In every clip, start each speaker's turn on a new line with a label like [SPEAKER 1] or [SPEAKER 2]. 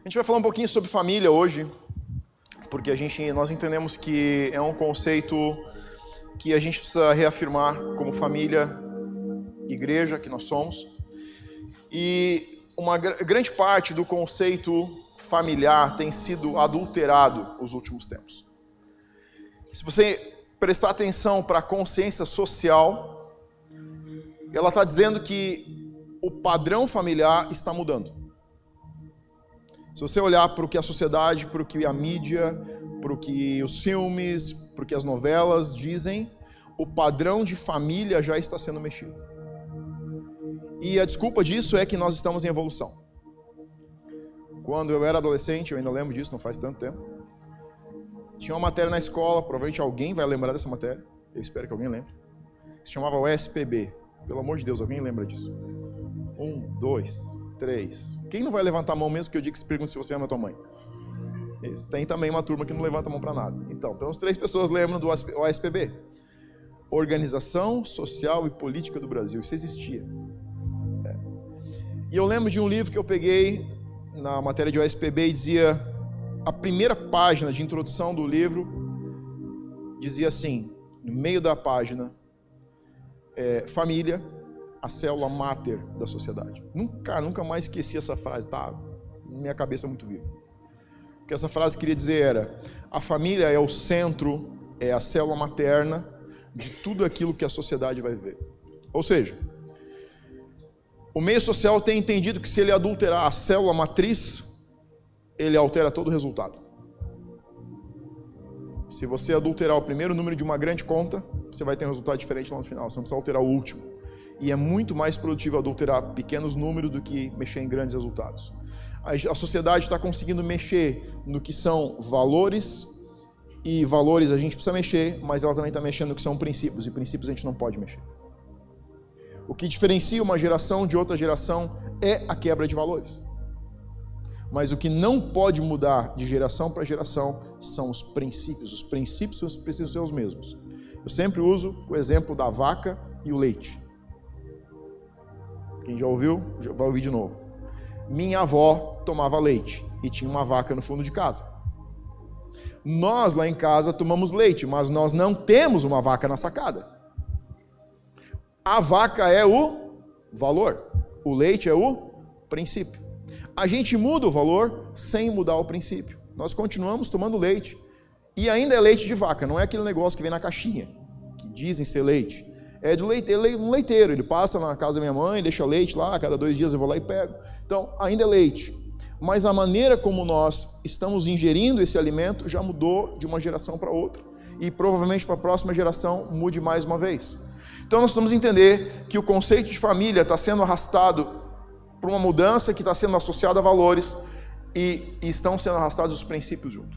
[SPEAKER 1] gente vai falar um pouquinho sobre família hoje, porque nós entendemos que é um conceito que a gente precisa reafirmar como família, igreja que nós somos. E uma grande parte do conceito familiar tem sido adulterado nos últimos tempos. Se você prestar atenção para a consciência social, ela está dizendo que o padrão familiar está mudando. Se você olhar para o que a sociedade, para o que a mídia, para o que os filmes, para o que as novelas dizem, o padrão de família já está sendo mexido. E a desculpa disso é que nós estamos em evolução. Quando eu era adolescente, eu ainda lembro disso, não faz tanto tempo, tinha uma matéria na escola, provavelmente alguém vai lembrar dessa matéria, eu espero que alguém lembre, se chamava OSPB. Pelo amor de Deus, alguém lembra disso? 1, 2, 3. Quem não vai levantar a mão mesmo que eu diga que se pergunte se você ama a tua mãe? Tem também uma turma que não levanta a mão para nada. Então, pelo menos 3 pessoas lembram do OSPB. Organização Social e Política do Brasil. Isso existia. E eu lembro de um livro que eu peguei na matéria de OSPB e dizia, a primeira página de introdução do livro dizia assim, no meio da página, família, a célula máter da sociedade. Nunca mais esqueci essa frase, tá? Minha cabeça é muito viva. O que essa frase queria dizer era, a família é o centro, é a célula materna de tudo aquilo que a sociedade vai viver. Ou seja, o meio social tem entendido que se ele adulterar a célula matriz, ele altera todo o resultado. Se você adulterar o primeiro número de uma grande conta, você vai ter um resultado diferente lá no final, você não precisa alterar o último. E é muito mais produtivo adulterar pequenos números do que mexer em grandes resultados. A sociedade está conseguindo mexer no que são valores, e valores a gente precisa mexer, mas ela também está mexendo no que são princípios, e princípios a gente não pode mexer. O que diferencia uma geração de outra geração é a quebra de valores. Mas o que não pode mudar de geração para geração são os princípios. Os princípios precisam ser os mesmos. Eu sempre uso o exemplo da vaca e o leite. Quem já ouviu, já vai ouvir de novo. Minha avó tomava leite e tinha uma vaca no fundo de casa. Nós lá em casa tomamos leite, mas nós não temos uma vaca na sacada. A vaca é o valor, o leite é o princípio. A gente muda o valor sem mudar o princípio. Nós continuamos tomando leite. E ainda é leite de vaca, não é aquele negócio que vem na caixinha, que dizem ser leite. É de leite, um leiteiro, ele passa na casa da minha mãe, deixa leite lá, a cada 2 dias eu vou lá e pego. Então, ainda é leite. Mas a maneira como nós estamos ingerindo esse alimento já mudou de uma geração para outra. E provavelmente para a próxima geração mude mais uma vez. Então nós precisamos entender que o conceito de família está sendo arrastado por uma mudança que está sendo associada a valores e estão sendo arrastados os princípios junto.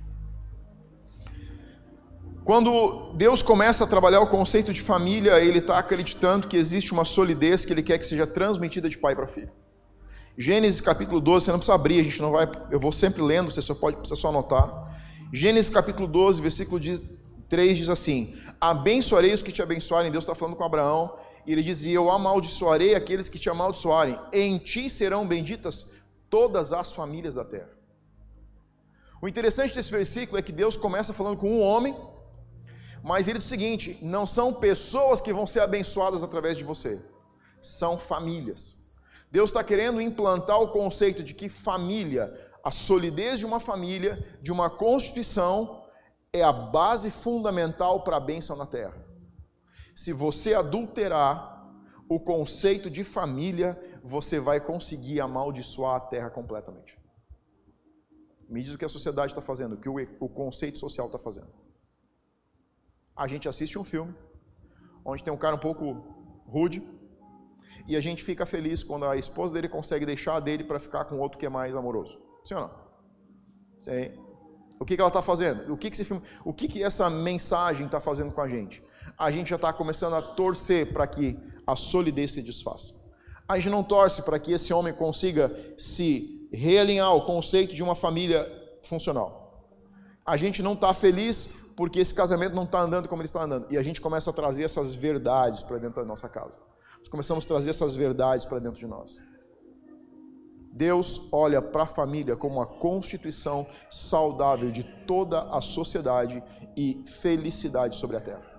[SPEAKER 1] Quando Deus começa a trabalhar o conceito de família, Ele está acreditando que existe uma solidez que Ele quer que seja transmitida de pai para filho. Gênesis capítulo 12, você não precisa abrir, a gente não vai, eu vou sempre lendo, você precisa só anotar. Gênesis capítulo 12, versículo 3 diz assim, abençoarei os que te abençoarem, Deus está falando com Abraão, e ele dizia, eu amaldiçoarei aqueles que te amaldiçoarem, em ti serão benditas todas as famílias da terra. O interessante desse versículo é que Deus começa falando com um homem, mas ele diz o seguinte, não são pessoas que vão ser abençoadas através de você, são famílias. Deus está querendo implantar o conceito de que família, a solidez de uma família, de uma constituição, é a base fundamental para a bênção na terra. Se você adulterar o conceito de família, você vai conseguir amaldiçoar a terra completamente. Me diz o que a sociedade está fazendo, o que o conceito social está fazendo. A gente assiste um filme, onde tem um cara um pouco rude, e a gente fica feliz quando a esposa dele consegue deixar dele para ficar com outro que é mais amoroso. Sim ou não? Sim. O que ela está fazendo? O que essa mensagem está fazendo com a gente? A gente já está começando a torcer para que a solidez se desfaça. A gente não torce para que esse homem consiga se realinhar ao conceito de uma família funcional. A gente não está feliz porque esse casamento não está andando como ele está andando. E a gente começa a trazer essas verdades para dentro da nossa casa. Nós começamos a trazer essas verdades para dentro de nós. Deus olha para a família como uma constituição saudável de toda a sociedade e felicidade sobre a terra.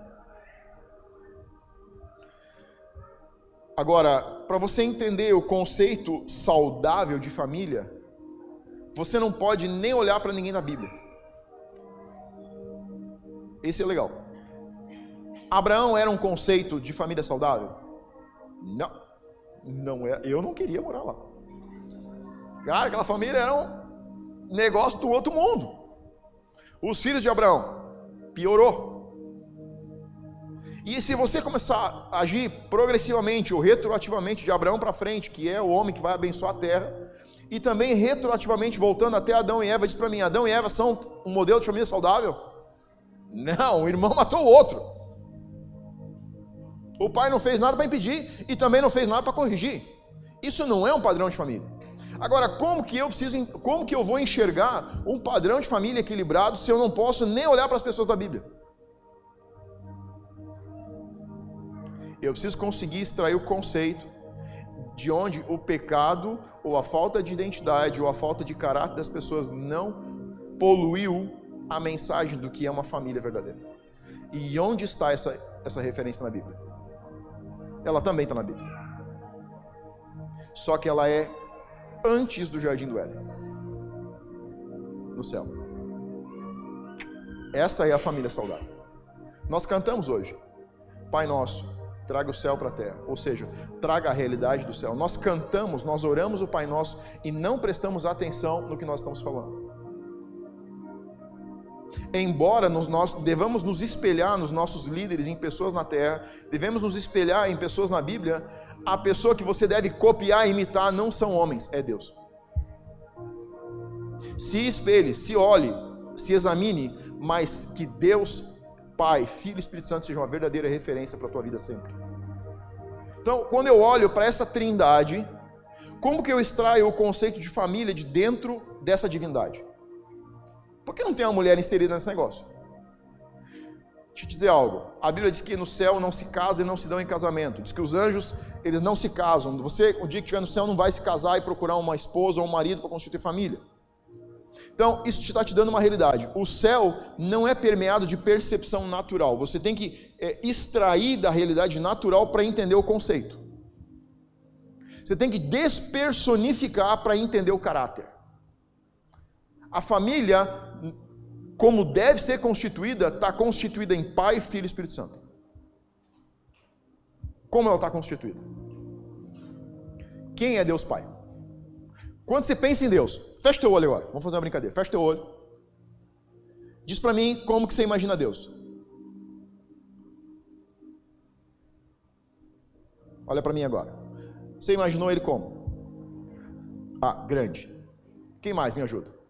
[SPEAKER 1] Agora, para você entender o conceito saudável de família, você não pode nem olhar para ninguém na Bíblia. Esse é legal. Abraão era um conceito de família saudável? Não é. Eu não queria morar lá. Cara, aquela família era um negócio do outro mundo. Os filhos de Abraão, piorou. E se você começar a agir progressivamente ou retroativamente de Abraão para frente, que é o homem que vai abençoar a terra, e também retroativamente voltando até Adão e Eva, diz para mim, Adão e Eva são um modelo de família saudável? Não, o irmão matou o outro. O pai não fez nada para impedir e também não fez nada para corrigir. Isso não é um padrão de família. Agora, como que eu vou enxergar um padrão de família equilibrado se eu não posso nem olhar para as pessoas da Bíblia? Eu preciso conseguir extrair o conceito de onde o pecado ou a falta de identidade ou a falta de caráter das pessoas não poluiu a mensagem do que é uma família verdadeira. E onde está essa referência na Bíblia? Ela também está na Bíblia. Só que ela é antes do Jardim do Éden, no céu. Essa é a família saudável. Nós cantamos hoje, Pai Nosso, traga o céu para a terra, ou seja, traga a realidade do céu. Nós cantamos, nós oramos o Pai Nosso e não prestamos atenção no que nós estamos falando. Embora nós devamos nos espelhar nos nossos líderes, em pessoas na terra, devemos nos espelhar em pessoas na Bíblia, a pessoa que você deve copiar e imitar não são homens, é Deus. Se espelhe, se olhe, se examine, mas que Deus, Pai, Filho e Espírito Santo sejam uma verdadeira referência para a tua vida sempre. Então, quando eu olho para essa trindade, como que eu extraio o conceito de família de dentro dessa divindade? Por que não tem uma mulher inserida nesse negócio? Deixa eu te dizer algo. A Bíblia diz que no céu não se casa e não se dão em casamento. Diz que os anjos, eles não se casam. Você, o dia que estiver no céu, não vai se casar e procurar uma esposa ou um marido para constituir família. Então, isso está te dando uma realidade. O céu não é permeado de percepção natural. Você tem que extrair da realidade natural para entender o conceito. Você tem que despersonificar para entender o caráter. A família, como deve ser constituída, está constituída em Pai, Filho e Espírito Santo. Como ela está constituída? Quem é Deus Pai? Quando você pensa em Deus, fecha teu olho agora, vamos fazer uma brincadeira, fecha teu olho. Diz para mim como que você imagina Deus. Olha para mim agora. Você imaginou Ele como? Grande. Quem mais me ajuda?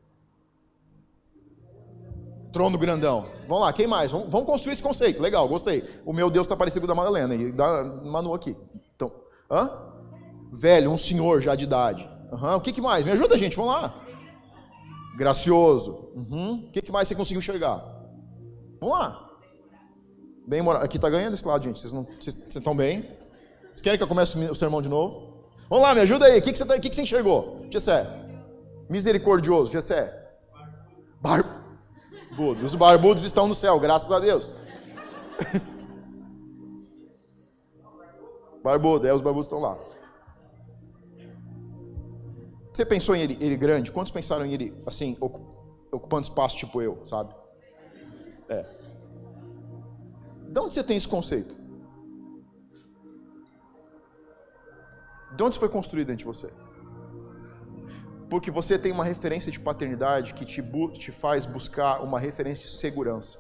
[SPEAKER 1] Trono grandão. Vamos lá, quem mais? Vamos construir esse conceito. Legal, gostei. O meu Deus está parecido com o da Madalena e da Manu aqui. Então, velho, um senhor já de idade. O que mais? Me ajuda, gente, vamos lá. Gracioso. O que mais você conseguiu enxergar? Vamos lá. Bem moral. Aqui está ganhando esse lado, gente. Vocês estão bem? Vocês querem que eu comece o sermão de novo? Vamos lá, me ajuda aí. O que você enxergou? Gessé. Misericordioso, Gessé. Barbudo. Os barbudos estão no céu, graças a Deus. Barbudo, os barbudos estão lá. Você pensou em ele grande? Quantos pensaram em ele, assim, ocupando espaço tipo eu, sabe? De onde você tem esse conceito? De onde isso foi construído dentro de você? Porque você tem uma referência de paternidade que te faz buscar uma referência de segurança,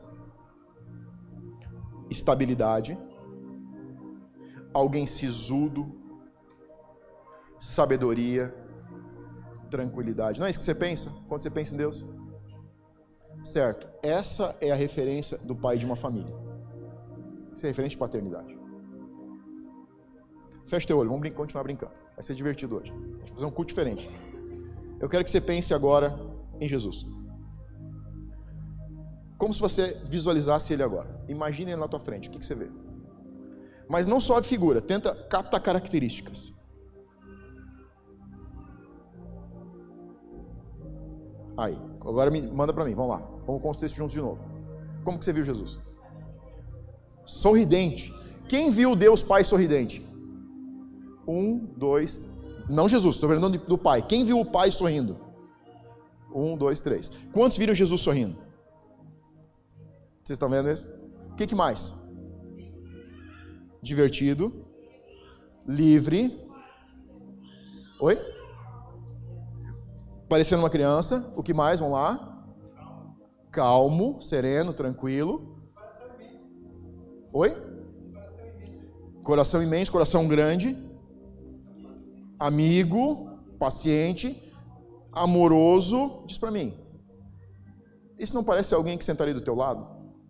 [SPEAKER 1] estabilidade, alguém sisudo, sabedoria, tranquilidade. Não é isso que você pensa quando você pensa em Deus? Certo. Essa é a referência do pai de uma família. Isso é referência de paternidade. Fecha teu olho, vamos continuar brincando. Vai ser divertido hoje. A gente vai fazer um culto diferente. Eu quero que você pense agora em Jesus. Como se você visualizasse ele agora. Imagine ele na tua frente, o que você vê? Mas não só a figura, tenta captar características. Aí, agora manda para mim, vamos lá. Vamos com os textos juntos de novo. Como que você viu Jesus? Sorridente. Quem viu Deus Pai sorridente? 1, 2, não Jesus, estou falando do Pai. Quem viu o Pai sorrindo? 1, 2, 3. Quantos viram Jesus sorrindo? Vocês estão vendo isso? O que mais? Divertido, livre. Oi? Parecendo uma criança. O que mais? Vamos lá. Calmo, sereno, tranquilo. Oi? Coração imenso, coração grande. Amigo, paciente, amoroso. Diz para mim. Isso não parece alguém que sentaria do teu lado?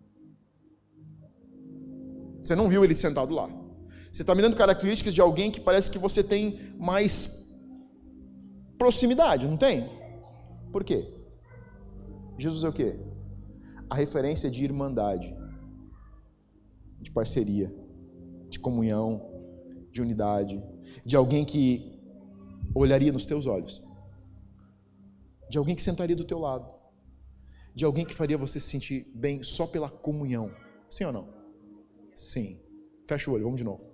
[SPEAKER 1] Você não viu ele sentado lá. Você está me dando características de alguém que parece que você tem mais proximidade, não tem? Por quê? Jesus é o quê? A referência de irmandade, de parceria, de comunhão, de unidade, de alguém que olharia nos teus olhos, de alguém que sentaria do teu lado, de alguém que faria você se sentir bem só pela comunhão. Sim ou não? Sim. Fecha o olho, vamos de novo.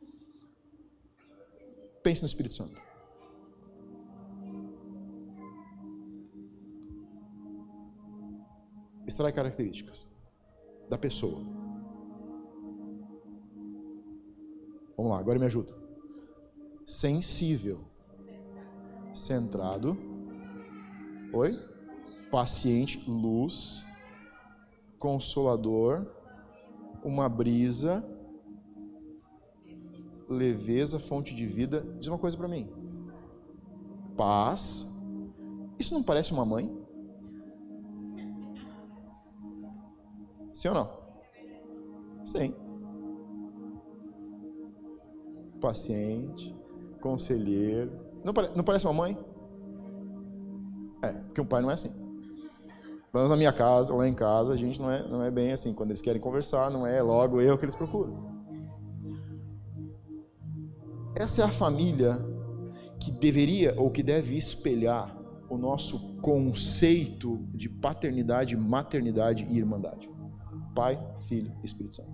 [SPEAKER 1] Pense no Espírito Santo. Extrai características da pessoa. Vamos lá, agora me ajuda. Sensível. Centrado. Oi? Paciente, luz. Consolador. Uma brisa, leveza, fonte de vida. Diz uma coisa para mim. Paz. Isso não parece uma mãe? Sim ou não? Sim. Paciente, conselheiro. Não parece uma mãe? É, porque um pai não é assim. Pelo menos na minha casa, lá em casa, a gente não é bem assim. Quando eles querem conversar, não é logo eu que eles procuram. Essa é a família que deveria ou que deve espelhar o nosso conceito de paternidade, maternidade e irmandade. Pai, Filho e Espírito Santo.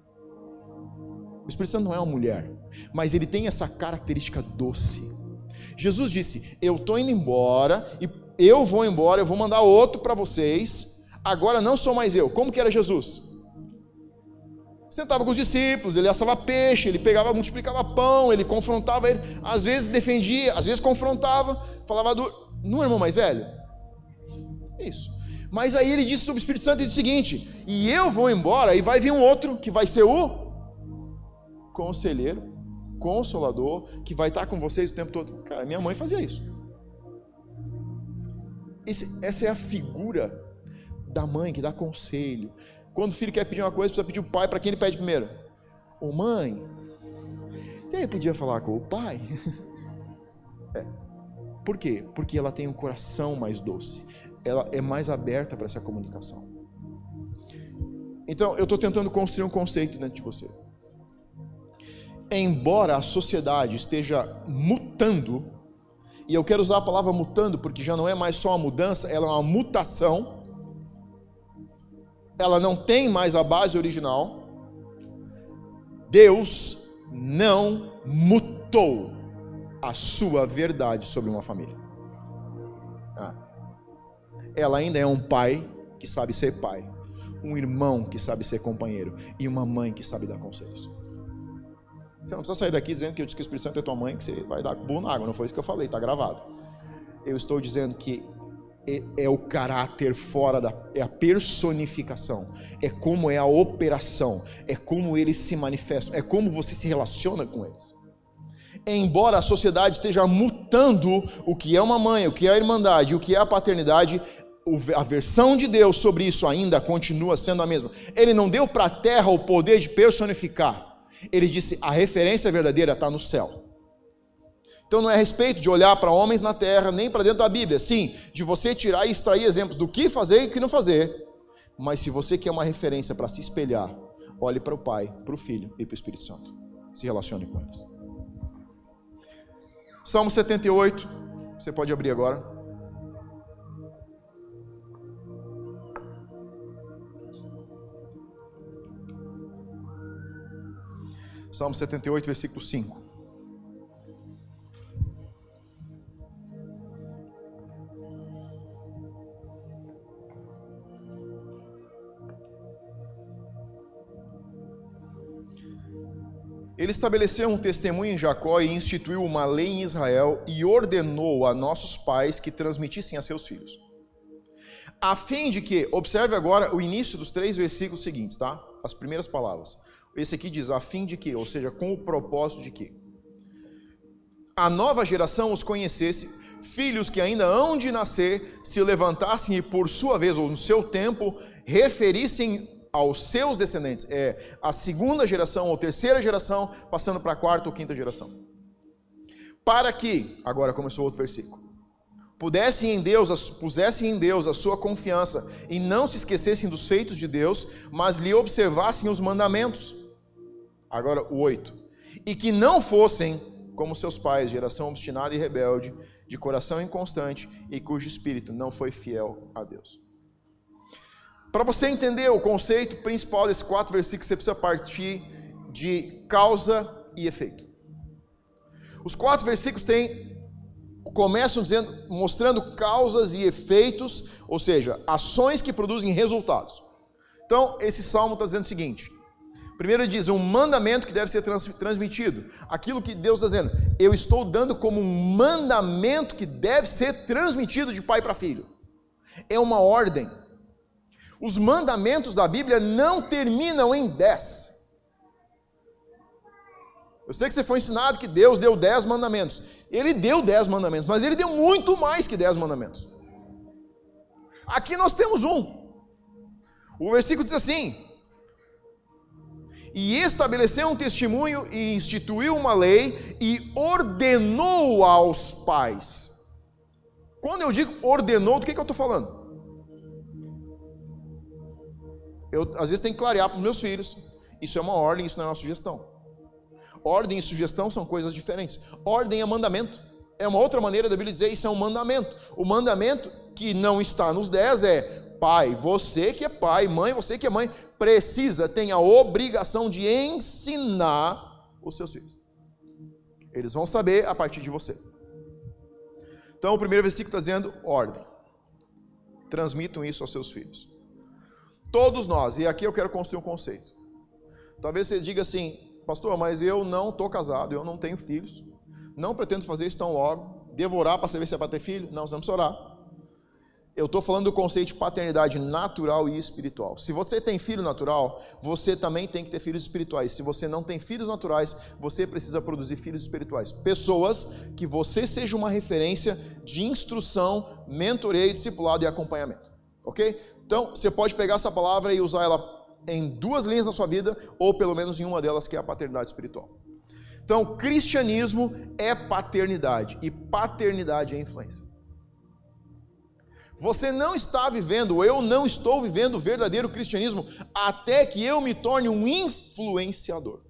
[SPEAKER 1] O Espírito Santo não é uma mulher, mas ele tem essa característica doce. Jesus disse, eu estou indo embora e eu vou embora, eu vou mandar outro para vocês. Agora não sou mais eu. Como que era Jesus? Sentava com os discípulos, ele assava peixe, ele pegava, multiplicava pão, ele confrontava ele, às vezes defendia, às vezes confrontava, falava não é irmão mais velho? Isso. Mas aí ele disse sobre o Espírito Santo, ele disse o seguinte, e eu vou embora e vai vir um outro, que vai ser o conselheiro, consolador, que vai estar com vocês o tempo todo. Cara, minha mãe fazia isso. Essa é a figura da mãe que dá conselho. Quando o filho quer pedir uma coisa, precisa pedir o pai. Para quem ele pede primeiro? Ô mãe, você podia falar com o pai? Por quê? Porque ela tem um coração mais doce. Ela é mais aberta para essa comunicação. Então, eu estou tentando construir um conceito dentro de você. Embora a sociedade esteja mutando, e eu quero usar a palavra mutando porque já não é mais só uma mudança, ela é uma mutação. Ela não tem mais a base original. Deus não mutou a sua verdade sobre uma família. Ela ainda é um pai que sabe ser pai, um irmão que sabe ser companheiro e uma mãe que sabe dar conselhos. Você não precisa sair daqui dizendo que eu disse que o Espírito Santo é tua mãe, que você vai dar burro na água. Não foi isso que eu falei, está gravado. Eu estou dizendo que é o caráter é a personificação, é como é a operação, é como eles se manifestam, é como você se relaciona com eles. Embora a sociedade esteja mutando o que é uma mãe, o que é a irmandade, o que é a paternidade, a versão de Deus sobre isso ainda continua sendo a mesma. Ele não deu para a terra o poder de personificar. Ele disse, a referência verdadeira está no céu. Então não é a respeito de olhar para homens na terra, nem para dentro da Bíblia. Sim, de você tirar e extrair exemplos do que fazer e o que não fazer. Mas se você quer uma referência para se espelhar, olhe para o Pai, para o Filho e para o Espírito Santo. Se relacione com eles. Salmo 78, você pode abrir agora. Salmo 78, versículo 5. Ele estabeleceu um testemunho em Jacó e instituiu uma lei em Israel e ordenou a nossos pais que transmitissem a seus filhos. A fim de que, observe agora o início dos 3 versículos seguintes, tá? As primeiras palavras. Esse aqui diz, a fim de que, ou seja, com o propósito de que a nova geração os conhecesse, filhos que ainda hão de nascer, se levantassem e por sua vez, ou no seu tempo, referissem aos seus descendentes, a segunda geração ou terceira geração, passando para a quarta ou quinta geração. Para que, agora começou outro versículo, pusessem em Deus a sua confiança e não se esquecessem dos feitos de Deus, mas lhe observassem os mandamentos. Agora o 8. E que não fossem como seus pais, geração obstinada e rebelde, de coração inconstante e cujo espírito não foi fiel a Deus. Para você entender o conceito principal desses 4 versículos, você precisa partir de causa e efeito. Os 4 versículos começam mostrando causas e efeitos, ou seja, ações que produzem resultados. Então, esse salmo está dizendo o seguinte: primeiro ele diz, um mandamento que deve ser transmitido. Aquilo que Deus está dizendo, eu estou dando como um mandamento que deve ser transmitido de pai para filho. É uma ordem. Os mandamentos da Bíblia não terminam em 10. Eu sei que você foi ensinado que Deus deu 10 mandamentos. Ele deu 10 mandamentos, mas ele deu muito mais que 10 mandamentos. Aqui nós temos um. O versículo diz assim: e estabeleceu um testemunho e instituiu uma lei e ordenou aos pais. Quando eu digo ordenou, do que eu estou falando? Eu, às vezes, tenho que clarear para os meus filhos. Isso é uma ordem, isso não é uma sugestão. Ordem e sugestão são coisas diferentes. Ordem é mandamento. É uma outra maneira da Bíblia dizer isso é um mandamento. O mandamento que não está nos 10 é: pai, você que é pai, mãe, você que é mãe, tem a obrigação de ensinar os seus filhos. Eles vão saber a partir de você. Então, o primeiro versículo está dizendo ordem. Transmitam isso aos seus filhos. Todos nós, e aqui eu quero construir um conceito. Talvez você diga assim: pastor, mas eu não estou casado, eu não tenho filhos, não pretendo fazer isso tão logo, devo orar para saber se é para ter filho? Não, você não precisa orar. Eu estou falando do conceito de paternidade natural e espiritual. Se você tem filho natural, você também tem que ter filhos espirituais. Se você não tem filhos naturais, você precisa produzir filhos espirituais. Pessoas que você seja uma referência de instrução, mentoreio, discipulado e acompanhamento. Ok? Então, você pode pegar essa palavra e usar ela em 2 linhas na sua vida, ou pelo menos em uma delas, que é a paternidade espiritual. Então, cristianismo é paternidade, e paternidade é influência. Você não está vivendo, eu não estou vivendo o verdadeiro cristianismo, até que eu me torne um influenciador.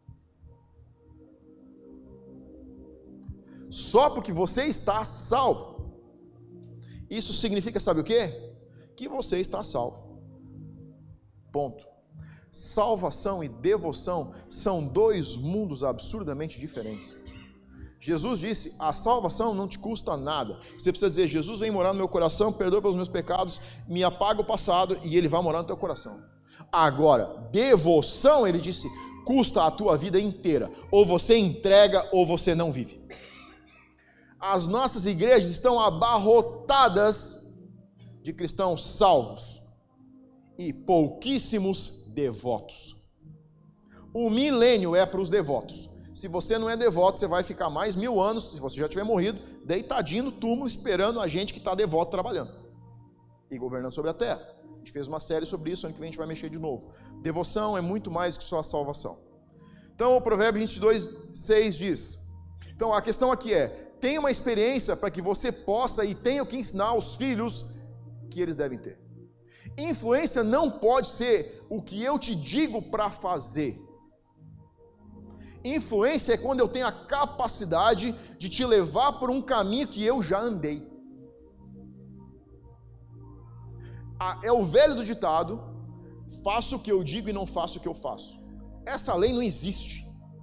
[SPEAKER 1] Só porque você está salvo. Isso significa, sabe o quê? Que você está salvo. Ponto. Salvação e devoção são 2 mundos absurdamente diferentes. Jesus disse, a salvação não te custa nada. Você precisa dizer, Jesus vem morar no meu coração, perdoa pelos meus pecados, me apaga o passado e ele vai morar no teu coração. Agora, devoção, ele disse, custa a tua vida inteira. Ou você entrega ou você não vive. As nossas igrejas estão abarrotadas de cristãos salvos e pouquíssimos devotos. O milênio é para os devotos. Se você não é devoto, você vai ficar mais 1000 anos, se você já tiver morrido, deitadinho no túmulo, esperando a gente que está devoto trabalhando e governando sobre a terra. A gente fez uma série sobre isso, ano que vem a gente vai mexer de novo. Devoção é muito mais que só a salvação. Então o provérbio 22:6 diz, então a questão aqui é, tenha uma experiência para que você possa e tenha o que ensinar aos filhos que eles devem ter. Influência não pode ser o que eu te digo para fazer. Influência é quando eu tenho a capacidade de te levar por um caminho que eu já andei. É o velho do ditado, faço o que eu digo e não faço o que eu faço. Essa lei não existe.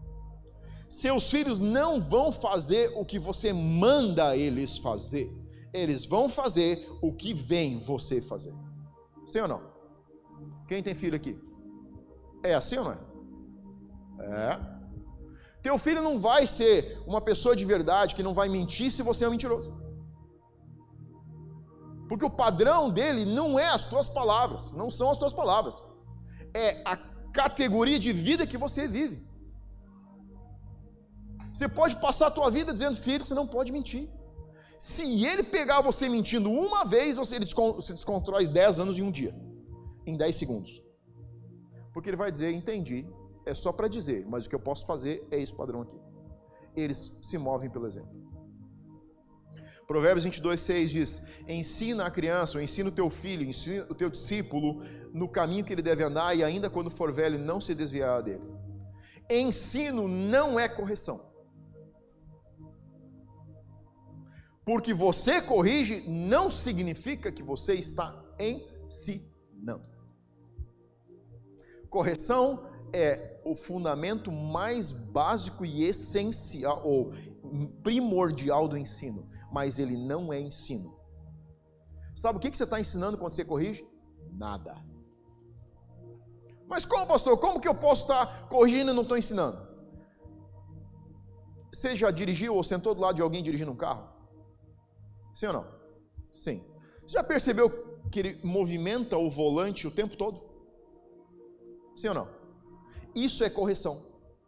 [SPEAKER 1] Seus filhos não vão fazer o que você manda eles fazer. Eles vão fazer o que vem você fazer. Sim ou não? Quem tem filho aqui? É assim ou não é? É. Teu filho não vai ser uma pessoa de verdade que não vai mentir se você é um mentiroso. Porque o padrão dele não é as tuas palavras, não são as tuas palavras. É a categoria de vida que você vive. Você pode passar a tua vida dizendo, filho, você não pode mentir. Se ele pegar você mentindo uma vez, você desconstrói 10 anos em um dia, em 10 segundos. Porque ele vai dizer, entendi, é só para dizer, mas o que eu posso fazer é esse padrão aqui. Eles se movem pelo exemplo. Provérbios 22:6 diz, ensina a criança, ou ensina o teu filho, ensina o teu discípulo no caminho que ele deve andar, e ainda quando for velho não se desviar dele. Ensino não é correção. Porque você corrige não significa que você está ensinando. Correção é o fundamento mais básico e essencial, ou primordial do ensino, mas ele não é ensino. Sabe o que você está ensinando quando você corrige? Nada. Mas como, pastor? Como que eu posso estar corrigindo e não estou ensinando? Você já dirigiu ou sentou do lado de alguém dirigindo um carro? Sim ou não? Sim. Você já percebeu que ele movimenta o volante o tempo todo? Sim ou não? Isso é correção.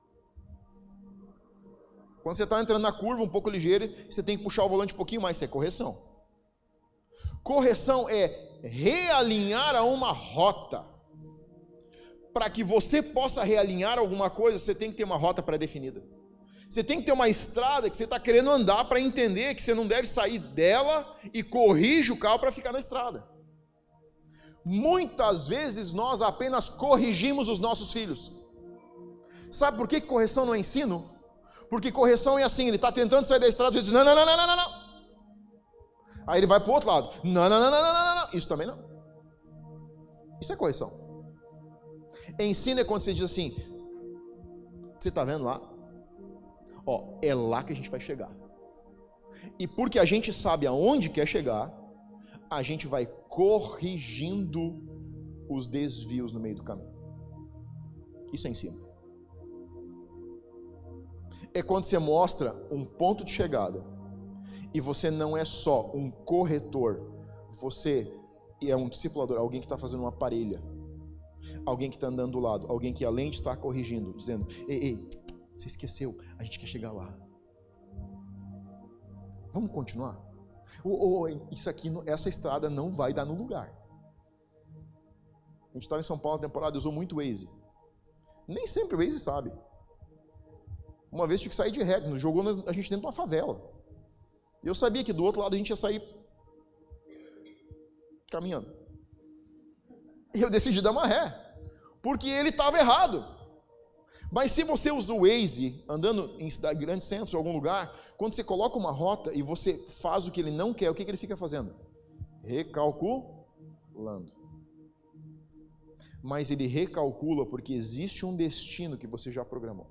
[SPEAKER 1] Quando você está entrando na curva um pouco ligeiro, você tem que puxar o volante um pouquinho mais, isso é correção. Correção é realinhar a uma rota. Para que você possa realinhar alguma coisa, você tem que ter uma rota pré-definida. Você tem que ter uma estrada que você está querendo andar para entender que você não deve sair dela e corrige o carro para ficar na estrada. Muitas vezes nós apenas corrigimos os nossos filhos. Sabe por que correção não é ensino? Porque correção é assim, ele está tentando sair da estrada, você diz, não. Aí ele vai para o outro lado, não. Isso também não. Isso é correção. Ensino é quando você diz assim, você está vendo lá? Ó, é lá que a gente vai chegar. E porque a gente sabe aonde quer chegar, a gente vai corrigindo os desvios no meio do caminho. Isso é ensino. É quando você mostra um ponto de chegada e você não é só um corretor, você é um discipulador, alguém que está fazendo uma parelha, alguém que está andando do lado, alguém que além de estar corrigindo, dizendo, ei, você esqueceu, a gente quer chegar lá. Vamos continuar? Isso aqui, essa estrada não vai dar no lugar. A gente estava em São Paulo na temporada, usou muito o Waze. Nem sempre o Waze sabe. Uma vez tinha que sair de ré, jogou a gente dentro de uma favela. E eu sabia que do outro lado a gente ia sair caminhando. E eu decidi dar uma ré, porque ele estava errado. Mas se você usa o Waze, andando em grandes centros ou algum lugar, quando você coloca uma rota e você faz o que ele não quer, o que ele fica fazendo? Recalculando. Mas ele recalcula porque existe um destino que você já programou.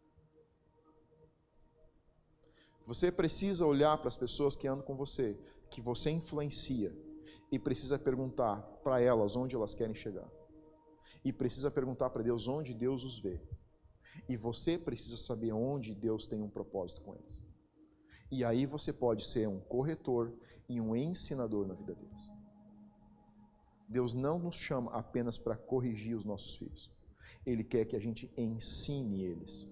[SPEAKER 1] Você precisa olhar para as pessoas que andam com você, que você influencia, e precisa perguntar para elas onde elas querem chegar. E precisa perguntar para Deus onde Deus os vê. E você precisa saber onde Deus tem um propósito com eles. E aí você pode ser um corretor e um ensinador na vida deles. Deus não nos chama apenas para corrigir os nossos filhos. Ele quer que a gente ensine eles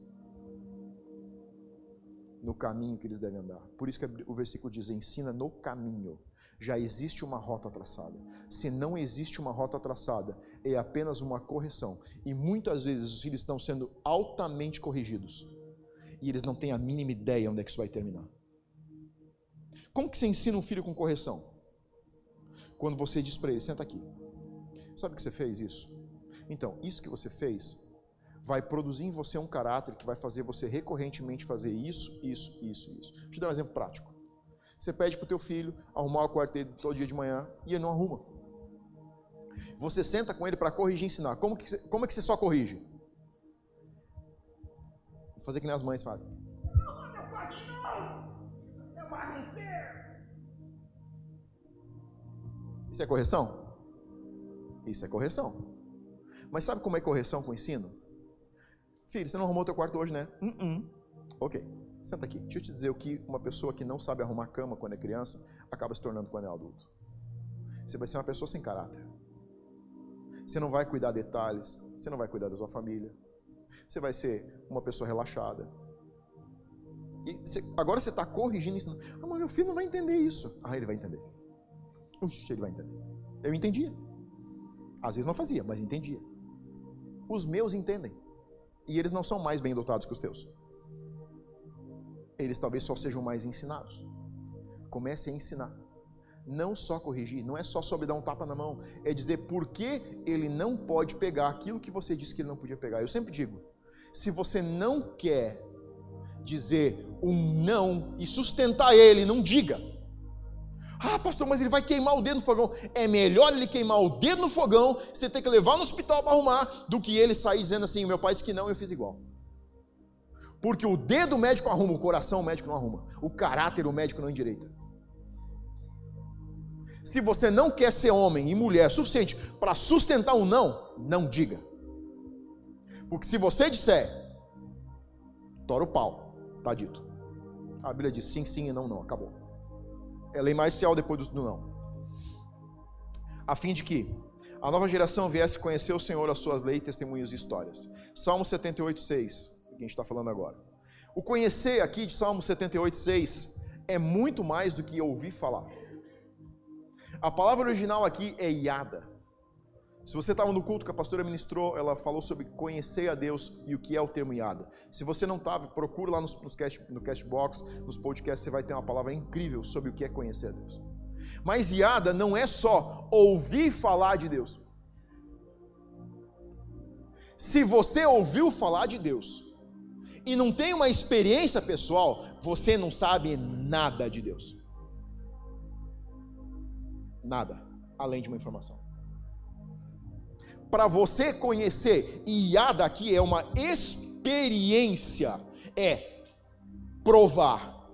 [SPEAKER 1] no caminho que eles devem andar. Por isso que o versículo diz, ensina no caminho. Já existe uma rota traçada. Se não existe uma rota traçada, é apenas uma correção. E muitas vezes os filhos estão sendo altamente corrigidos. E eles não têm a mínima ideia onde é que isso vai terminar. Como que você ensina um filho com correção? Quando você diz para ele, senta aqui. Sabe que você fez isso? Então, isso que você fez vai produzir em você um caráter que vai fazer você recorrentemente fazer isso. Deixa eu te dar um exemplo prático. Você pede para o teu filho arrumar o quarto dele todo dia de manhã e ele não arruma. Você senta com ele para corrigir e ensinar. Como é que você só corrige? fazer que nem as mães fazem.
[SPEAKER 2] Não, meu quartinho não! Eu baguncei!
[SPEAKER 1] Isso é correção? Isso é correção. Mas sabe como é correção com ensino? Filho, você não arrumou teu quarto hoje, né? Ok, senta aqui. Deixa eu te dizer o que uma pessoa que não sabe arrumar cama quando é criança acaba se tornando quando é adulto. Você vai ser uma pessoa sem caráter. Você não vai cuidar de detalhes. Você não vai cuidar da sua família. Você vai ser uma pessoa relaxada. E agora você está corrigindo isso. Ah, mas meu filho não vai entender isso. Ah, ele vai entender. Ele vai entender. Eu entendia. Às vezes não fazia, mas entendia. Os meus entendem. E eles não são mais bem dotados que os teus. Eles talvez só sejam mais ensinados. Comece a ensinar. Não só corrigir, não é só sobre dar um tapa na mão. É dizer por que ele não pode pegar aquilo que você disse que ele não podia pegar. Eu sempre digo, se você não quer dizer um não e sustentar ele, não diga. Ah, pastor, mas ele vai queimar o dedo no fogão. É melhor ele queimar o dedo no fogão, você ter que levar no hospital para arrumar, do que ele sair dizendo assim, meu pai disse que não, eu fiz igual. Porque o dedo o médico arruma, o coração o médico não arruma. O caráter o médico não endireita. Se você não quer ser homem e mulher suficiente para sustentar um não, não diga. Porque se você disser, tora o pau, está dito. A Bíblia diz sim, sim e não, não, acabou. É lei marcial depois do não. A fim de que a nova geração viesse conhecer o Senhor, as suas leis, testemunhos e histórias. Salmo 78:6, que a gente está falando agora. O conhecer aqui de Salmo 78:6 é muito mais do que ouvir falar. A palavra original aqui é iada. Se você estava no culto que a pastora ministrou, ela falou sobre conhecer a Deus e o que é o termo iada. Se você não estava, procura lá no Castbox, nos podcasts, você vai ter uma palavra incrível sobre o que é conhecer a Deus. Mas iada não é só ouvir falar de Deus. Se você ouviu falar de Deus e não tem uma experiência pessoal, você não sabe nada de Deus. Nada, além de uma informação. Para você conhecer, iada aqui é uma experiência, é provar.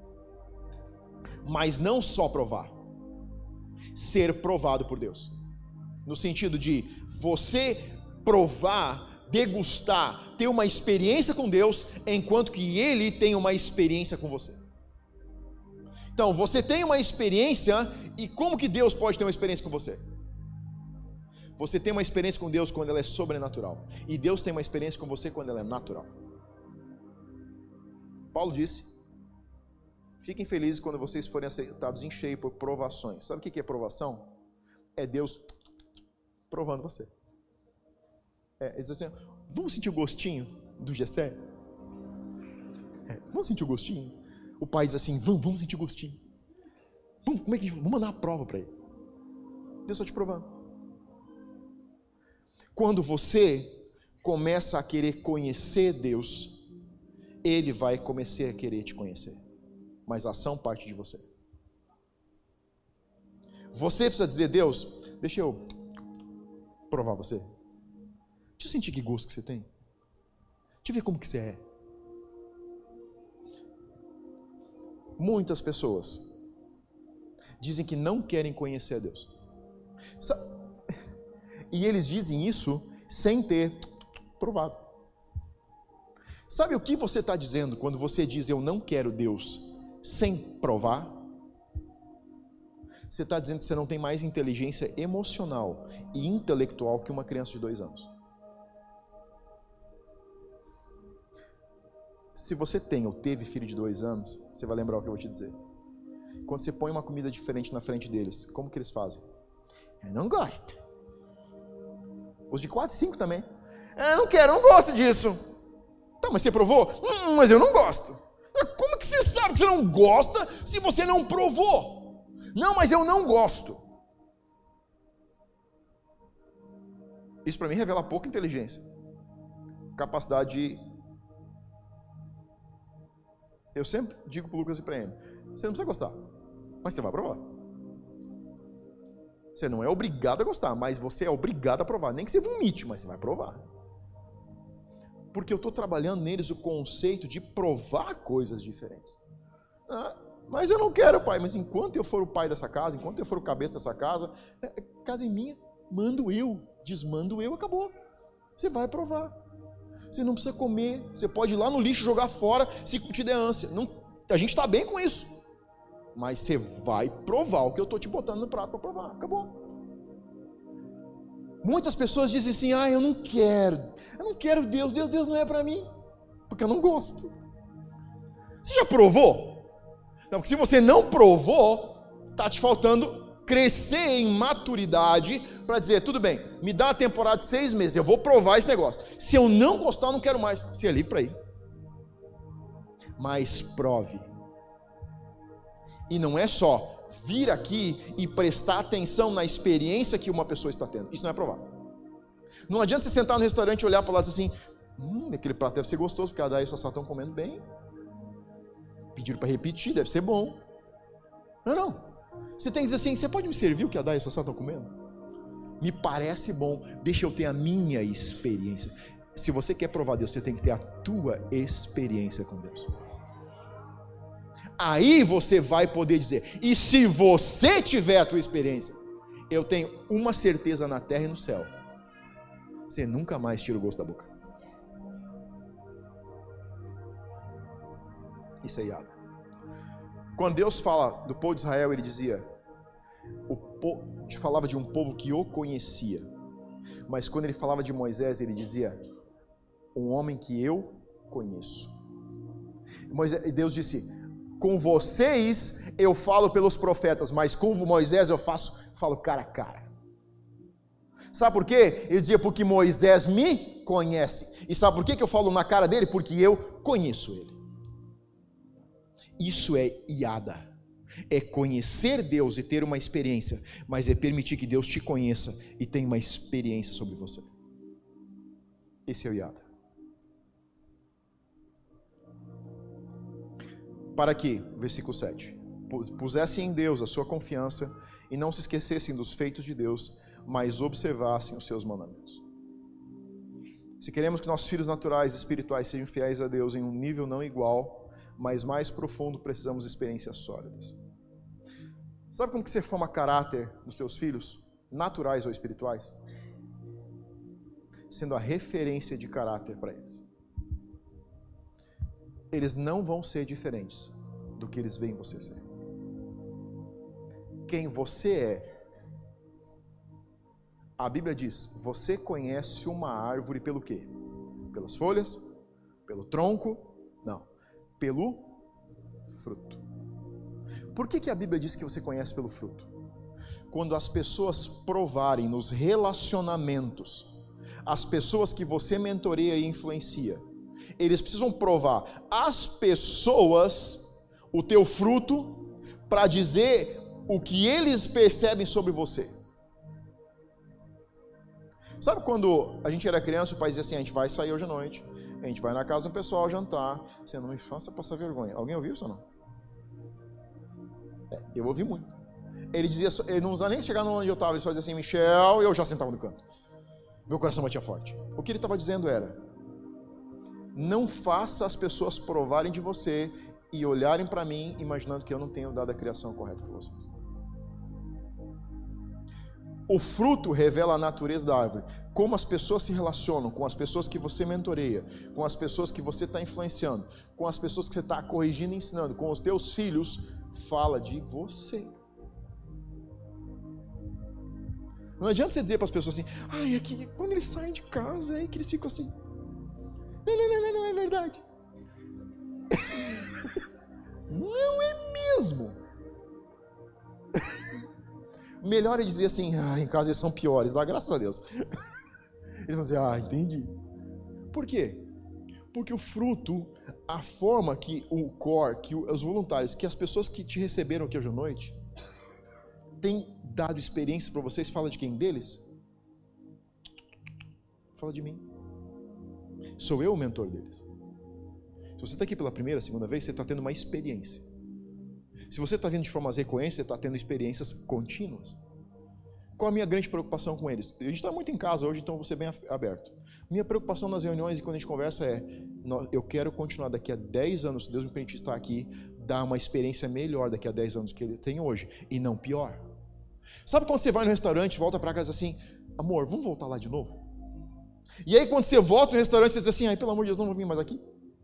[SPEAKER 1] Mas não só provar, ser provado por Deus. No sentido de você provar, degustar, ter uma experiência com Deus, enquanto que Ele tem uma experiência com você. Então, você tem uma experiência, e como que Deus pode ter uma experiência com você? Você tem uma experiência com Deus quando ela é sobrenatural, e Deus tem uma experiência com você quando ela é natural. Paulo disse, fiquem felizes quando vocês forem aceitados em cheio por provações. Sabe o que é provação? É Deus provando você. Ele diz assim, vamos sentir o gostinho do Gessé? Vamos sentir o gostinho? O pai diz assim, vamos sentir o gostinho. Vamos mandar uma prova para ele. Deus está te provando. Quando você começa a querer conhecer Deus, Ele vai começar a querer te conhecer. Mas a ação parte de você. Você precisa dizer, Deus, deixa eu provar você. Deixa eu sentir que gosto que você tem. Deixa eu ver como que você é. Muitas pessoas dizem que não querem conhecer a Deus. E eles dizem isso sem ter provado. Sabe o que você está dizendo quando você diz eu não quero Deus sem provar? Você está dizendo que você não tem mais inteligência emocional e intelectual que uma criança de 2 anos. Se você tem ou teve filho de 2 anos, você vai lembrar o que eu vou te dizer. Quando você põe uma comida diferente na frente deles, como que eles fazem? Eu não gosto. Os de 4 e 5 também. Eu não quero, eu não gosto disso. Tá, mas você provou? Mas eu não gosto. Como que você sabe que você não gosta se você não provou? Não, mas eu não gosto. Isso para mim revela pouca inteligência. Capacidade de... Eu sempre digo para o Lucas e para ele, você não precisa gostar, mas você vai provar. Você não é obrigado a gostar, mas você é obrigado a provar. Nem que você vomite, mas você vai provar. Porque eu estou trabalhando neles o conceito de provar coisas diferentes. Mas eu não quero, pai. Mas enquanto eu for o pai dessa casa, enquanto eu for o cabeça dessa casa, casa é minha, mando eu, desmando eu, acabou. Você vai provar. Você não precisa comer, você pode ir lá no lixo jogar fora se te der ânsia. Não, a gente está bem com isso. Mas você vai provar o que eu estou te botando no prato para provar. Acabou. Muitas pessoas dizem assim, eu não quero Deus não é para mim, porque eu não gosto. Você já provou? Não, porque se você não provou, está te faltando crescer em maturidade para dizer, tudo bem, me dá uma temporada de 6 meses, eu vou provar esse negócio. Se eu não gostar, eu não quero mais. Você é livre para ir. Mas prove. E não é só vir aqui e prestar atenção na experiência que uma pessoa está tendo. Isso não é provar. Não adianta você sentar no restaurante e olhar para lá e dizer assim, aquele prato deve ser gostoso, porque a Dai e a Sassá estão comendo bem. Pediram para repetir, deve ser bom. Não. Você tem que dizer assim, você pode me servir o que a Dai e a Sassá estão comendo? Me parece bom, deixa eu ter a minha experiência. Se você quer provar Deus, você tem que ter a tua experiência com Deus. Aí você vai poder dizer, e se você tiver a tua experiência, eu tenho uma certeza na terra e no céu, você nunca mais tira o gosto da boca. Isso é Yada. Quando Deus fala do povo de Israel, ele dizia, falava de um povo que o conhecia. Mas quando ele falava de Moisés, ele dizia, um homem que eu conheço. Deus disse, com vocês eu falo pelos profetas, mas com Moisés eu falo cara a cara. Sabe por quê? Ele dizia, porque Moisés me conhece. E sabe por quê que eu falo na cara dele? Porque eu conheço ele. Isso é Yada, é conhecer Deus e ter uma experiência, mas é permitir que Deus te conheça e tenha uma experiência sobre você. Esse é o Yada. Para que, versículo 7, pusessem em Deus a sua confiança e não se esquecessem dos feitos de Deus, mas observassem os seus mandamentos. Se queremos que nossos filhos naturais e espirituais sejam fiéis a Deus em um nível não igual, mas mais profundo, precisamos de experiências sólidas. Sabe como que você forma caráter nos teus filhos, naturais ou espirituais? Sendo a referência de caráter para eles. Eles não vão ser diferentes do que eles veem você ser. Quem você é, a Bíblia diz, você conhece uma árvore pelo quê? Pelas folhas? Pelo tronco? Não. Pelo fruto. Por que a Bíblia diz que você conhece pelo fruto? Quando as pessoas provarem nos relacionamentos, as pessoas que você mentoreia e influencia, eles precisam provar as pessoas, o teu fruto, para dizer o que eles percebem sobre você. Sabe quando a gente era criança, o pai dizia assim, a gente vai sair hoje à noite, a gente vai na casa do pessoal jantar, você não me faça passar vergonha. Alguém ouviu isso ou não? Eu ouvi muito. Ele dizia, ele não usava nem chegar onde eu estava, ele só dizia assim, Michel, e eu já sentava no canto. Meu coração batia forte. O que ele estava dizendo era, não faça as pessoas provarem de você e olharem para mim, imaginando que eu não tenho dado a criação correta para vocês. O fruto revela a natureza da árvore. Como as pessoas se relacionam com as pessoas que você mentoreia, com as pessoas que você está influenciando, com as pessoas que você está corrigindo e ensinando, com os teus filhos, fala de você. Não adianta você dizer para as pessoas assim, é que quando eles saem de casa, é que eles ficam assim. Não é verdade. Não é mesmo. Melhor é dizer assim, em casa eles são piores, dá graças a Deus. Eles vão dizer, entendi. Por quê? Porque o fruto, a forma que o core, que os voluntários, que as pessoas que te receberam aqui hoje à noite, têm dado experiência para vocês, fala de quem? Deles? Fala de mim. Sou eu o mentor deles. Se você está aqui pela primeira, segunda vez, você está tendo uma experiência. Se você está vindo de formas recorrentes, você está tendo experiências contínuas. Qual a minha grande preocupação com eles? A gente está muito em casa hoje, então vou ser bem aberto. Minha preocupação nas reuniões e quando a gente conversa é, eu quero continuar daqui a 10 anos, se Deus me permitir estar aqui, dar uma experiência melhor daqui a 10 anos que ele tem hoje, e não pior. Sabe quando você vai no restaurante, volta para casa assim, amor, vamos voltar lá de novo? E aí quando você volta no restaurante, você diz assim, ai, pelo amor de Deus, não vou vir mais aqui.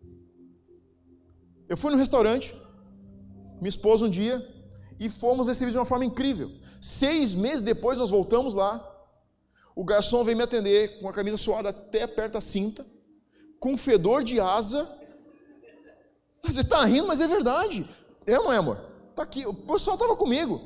[SPEAKER 1] Eu fui no restaurante, minha esposa um dia, e fomos recebidos de uma forma incrível. 6 meses depois nós voltamos lá, o garçom veio me atender com a camisa suada até perto da cinta, com fedor de asa. Você está rindo, mas é verdade. É ou não é, amor? Está aqui, o pessoal estava comigo.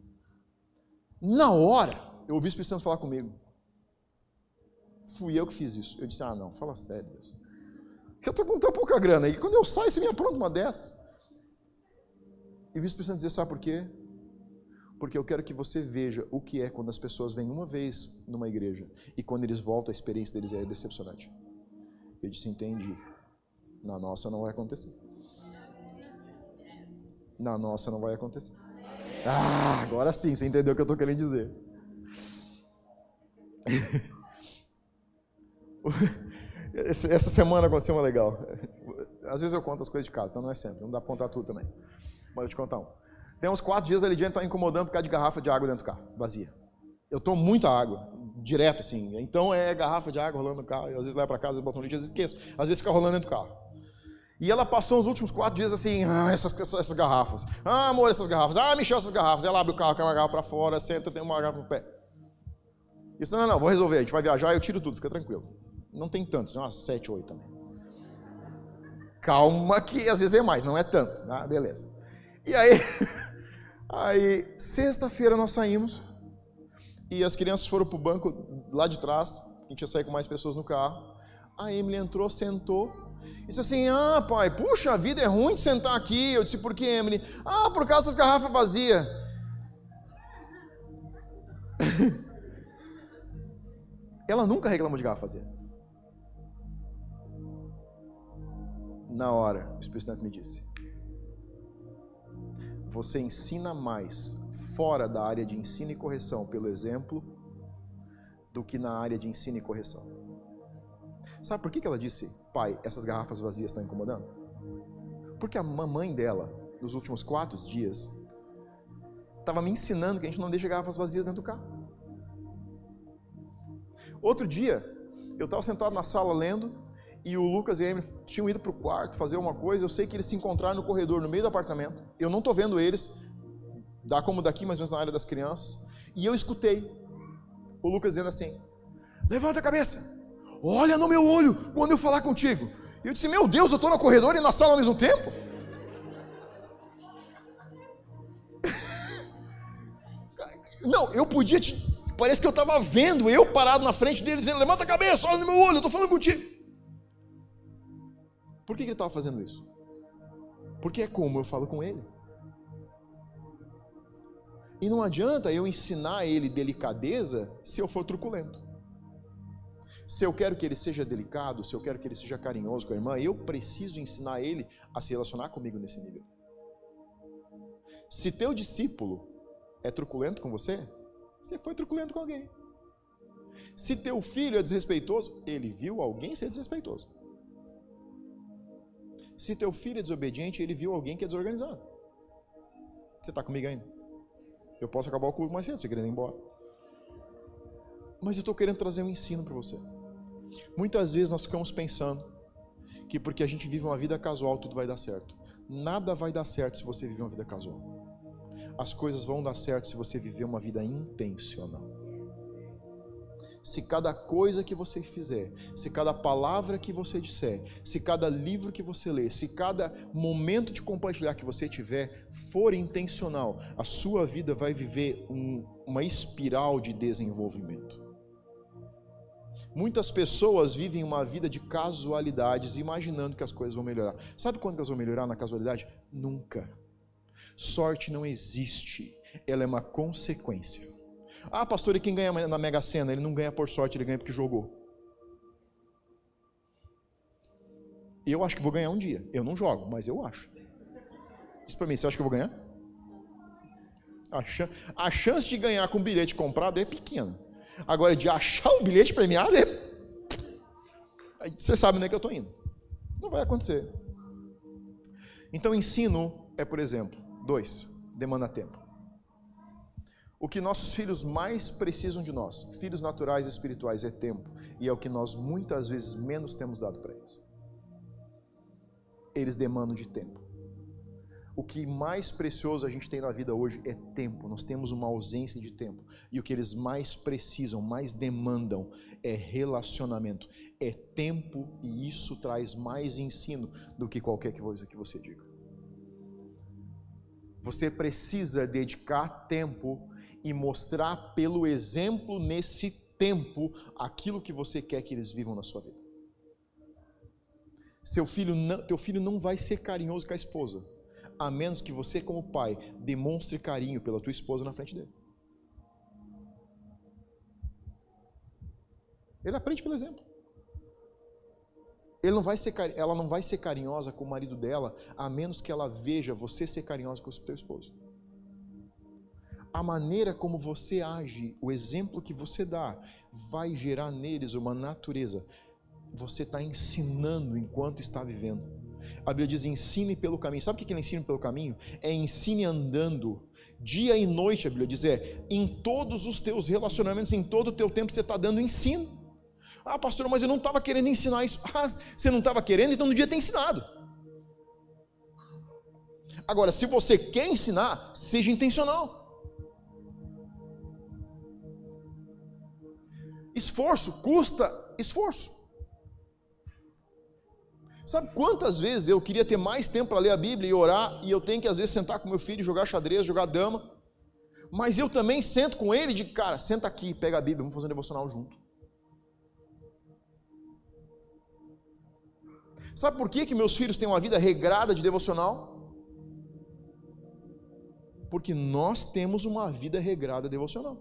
[SPEAKER 1] Na hora, eu ouvi o Espírito Santo falar comigo. Fui eu que fiz isso. Eu disse, não, fala sério, Deus. Eu estou com tão pouca grana, e quando eu saio, você me apronta uma dessas. E o Espírito Santo dizer, sabe por quê? Porque eu quero que você veja o que é quando as pessoas vêm uma vez numa igreja e quando eles voltam, a experiência deles é decepcionante. Eu disse, entendi. Na nossa não vai acontecer. Na nossa não vai acontecer. Agora sim, você entendeu o que eu estou querendo dizer. Essa semana aconteceu uma legal. Às vezes eu conto as coisas de casa, então não é sempre, não dá para contar tudo também. Mas eu te contar um. Tem uns 4 dias a Lidiane está incomodando por causa de garrafa de água dentro do carro, vazia. Eu tomo muita água, direto assim. Então é garrafa de água rolando no carro. Eu, às vezes levo para casa, boto no lixo, às vezes esqueço. Às vezes fica rolando dentro do carro. E ela passou os últimos 4 dias assim, essas garrafas. Amor, essas garrafas. Michel, essas garrafas. Ela abre o carro, cai uma garrafa para fora, senta, tem uma garrafa no pé. E eu disse, não, vou resolver. A gente vai viajar, eu tiro tudo, fica tranquilo. Não tem tanto, são umas 7, 8 também. Calma que às vezes é mais, não é tanto. Beleza. E aí sexta-feira nós saímos e as crianças foram para o banco lá de trás, a gente ia sair com mais pessoas no carro. A Emily entrou, sentou e disse assim, pai, puxa, a vida é ruim de sentar aqui. Eu disse, por que, Emily? Por causa dessas garrafas vazias. Ela nunca reclamou de garrafa vazia. Na hora, o Espírito Santo me disse, você ensina mais fora da área de ensino e correção pelo exemplo do que na área de ensino e correção. Sabe por que ela disse, pai, essas garrafas vazias estão incomodando? Porque a mamãe dela, nos últimos 4 dias, estava me ensinando que a gente não deixa garrafas vazias dentro do carro. Outro dia, eu estava sentado na sala lendo, e o Lucas e a Emily tinham ido para o quarto fazer uma coisa. Eu sei que eles se encontraram no corredor, no meio do apartamento. Eu não estou vendo eles, dá como daqui, mais ou menos na área das crianças. E eu escutei o Lucas dizendo assim, levanta a cabeça, olha no meu olho quando eu falar contigo. E eu disse, meu Deus, eu estou no corredor e na sala ao mesmo tempo? Não, eu podia parece que eu estava vendo, eu parado na frente dele, dizendo, levanta a cabeça, olha no meu olho, eu estou falando contigo. Por que ele estava fazendo isso? Porque é como eu falo com ele. E não adianta eu ensinar ele delicadeza se eu for truculento. Se eu quero que ele seja delicado, se eu quero que ele seja carinhoso com a irmã, eu preciso ensinar ele a se relacionar comigo nesse nível. Se teu discípulo é truculento com você, você foi truculento com alguém. Se teu filho é desrespeitoso, ele viu alguém ser desrespeitoso. Se teu filho é desobediente, ele viu alguém que é desorganizado. Você está comigo ainda? Eu posso acabar o culto mais cedo, se querendo ir embora. Mas eu estou querendo trazer um ensino para você. Muitas vezes nós ficamos pensando que porque a gente vive uma vida casual, tudo vai dar certo. Nada vai dar certo se você viver uma vida casual. As coisas vão dar certo se você viver uma vida intencional. Se cada coisa que você fizer, se cada palavra que você disser, se cada livro que você ler, se cada momento de compartilhar que você tiver for intencional, a sua vida vai viver uma espiral de desenvolvimento. Muitas pessoas vivem uma vida de casualidades, imaginando que as coisas vão melhorar. Sabe quando elas vão melhorar na casualidade? Nunca. Sorte não existe, ela é uma consequência. Pastor, e quem ganha na Mega Sena? Ele não ganha por sorte, ele ganha porque jogou. Eu acho que vou ganhar um dia. Eu não jogo, mas eu acho. Diz pra mim, você acha que eu vou ganhar? A chance de ganhar com o bilhete comprado é pequena. Agora, de achar o bilhete premiado, você sabe onde é que eu estou indo. Não vai acontecer. Então, ensino é, por exemplo, 2, demanda tempo. O que nossos filhos mais precisam de nós, filhos naturais e espirituais, é tempo. E é o que nós muitas vezes menos temos dado para eles. Eles demandam de tempo. O que mais precioso a gente tem na vida hoje é tempo. Nós temos uma ausência de tempo. E o que eles mais precisam, mais demandam, é relacionamento. É tempo, e isso traz mais ensino do que qualquer coisa que você diga. Você precisa dedicar tempo e mostrar pelo exemplo nesse tempo aquilo que você quer que eles vivam na sua vida. Teu filho não vai ser carinhoso com a esposa, a menos que você, como pai, demonstre carinho pela tua esposa na frente dele. Ele aprende pelo exemplo. Ela não vai ser carinhosa com o marido dela, a menos que ela veja você ser carinhosa com o teu esposo. A maneira como você age, o exemplo que você dá, vai gerar neles uma natureza. Você está ensinando enquanto está vivendo. A Bíblia diz: ensine pelo caminho. Sabe o que é ensino pelo caminho? É ensine andando. Dia e noite, a Bíblia diz, em todos os teus relacionamentos, em todo o teu tempo, você está dando ensino. Ah, pastor, mas eu não estava querendo ensinar isso. Ah, você não estava querendo, então não devia ter ensinado. Agora, se você quer ensinar, seja intencional. Esforço custa esforço. Sabe quantas vezes eu queria ter mais tempo para ler a Bíblia e orar, e eu tenho que às vezes sentar com meu filho, jogar xadrez, jogar dama, mas eu também sento com ele e digo: cara, senta aqui, pega a Bíblia, vamos fazer um devocional junto. Sabe por que meus filhos têm uma vida regrada de devocional? Porque nós temos uma vida regrada devocional.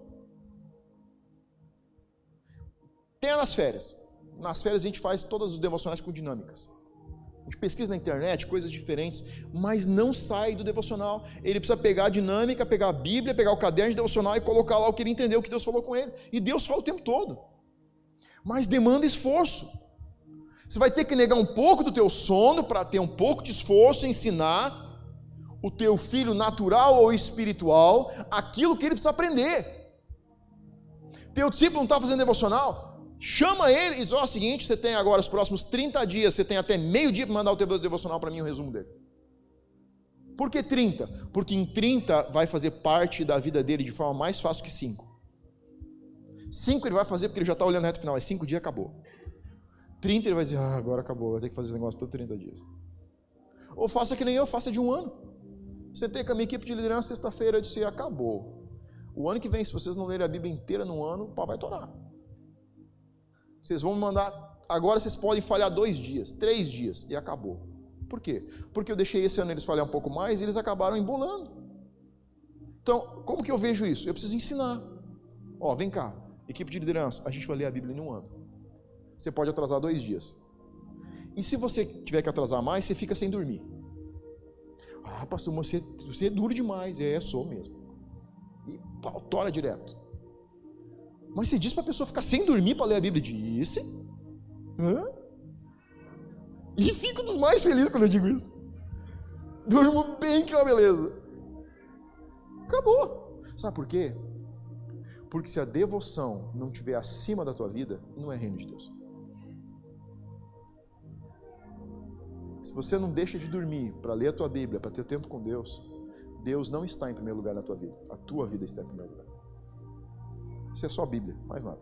[SPEAKER 1] Tem nas férias. Nas férias a gente faz todos os devocionais com dinâmicas. A gente pesquisa na internet, coisas diferentes, mas não sai do devocional. Ele precisa pegar a dinâmica, pegar a Bíblia, pegar o caderno de devocional e colocar lá o que ele entendeu, o que Deus falou com ele. E Deus fala o tempo todo. Mas demanda esforço. Você vai ter que negar um pouco do teu sono para ter um pouco de esforço e ensinar o teu filho natural ou espiritual aquilo que ele precisa aprender. Teu discípulo não está fazendo devocional? Chama ele e diz: ó, o seguinte, você tem agora os próximos 30 dias, você tem até meio-dia para mandar o teu devocional para mim, o resumo dele. Por que 30? Porque em 30 vai fazer parte da vida dele de forma mais fácil que 5. 5 ele vai fazer porque ele já está olhando a reta final, 5 dias acabou. 30 ele vai dizer: ah, agora acabou, vai ter que fazer esse negócio todo 30 dias. Ou faça que nem eu, faça de um ano. Sentei com a minha equipe de liderança sexta-feira, eu disse: acabou. O ano que vem, se vocês não lerem a Bíblia inteira num ano, o pau vai torar. Vocês vão mandar, agora vocês podem falhar 2 dias, 3 dias, e acabou. Por quê? Porque eu deixei esse ano eles falhar um pouco mais e eles acabaram embolando. Então, como que eu vejo isso? Eu preciso ensinar. Ó, vem cá, equipe de liderança, a gente vai ler a Bíblia em um ano. Você pode atrasar 2 dias. E se você tiver que atrasar mais, você fica sem dormir. Ah, pastor, você é duro demais. Sou mesmo. E pau, tora direto. Mas você disse para a pessoa ficar sem dormir para ler a Bíblia? Disse. E fico dos mais felizes quando eu digo isso. Durmo bem, que é uma beleza. Acabou. Sabe por quê? Porque se a devoção não estiver acima da tua vida, não é reino de Deus. Se você não deixa de dormir para ler a tua Bíblia, para ter tempo com Deus, Deus não está em primeiro lugar na tua vida. A tua vida está em primeiro lugar. Isso é só Bíblia, mais nada.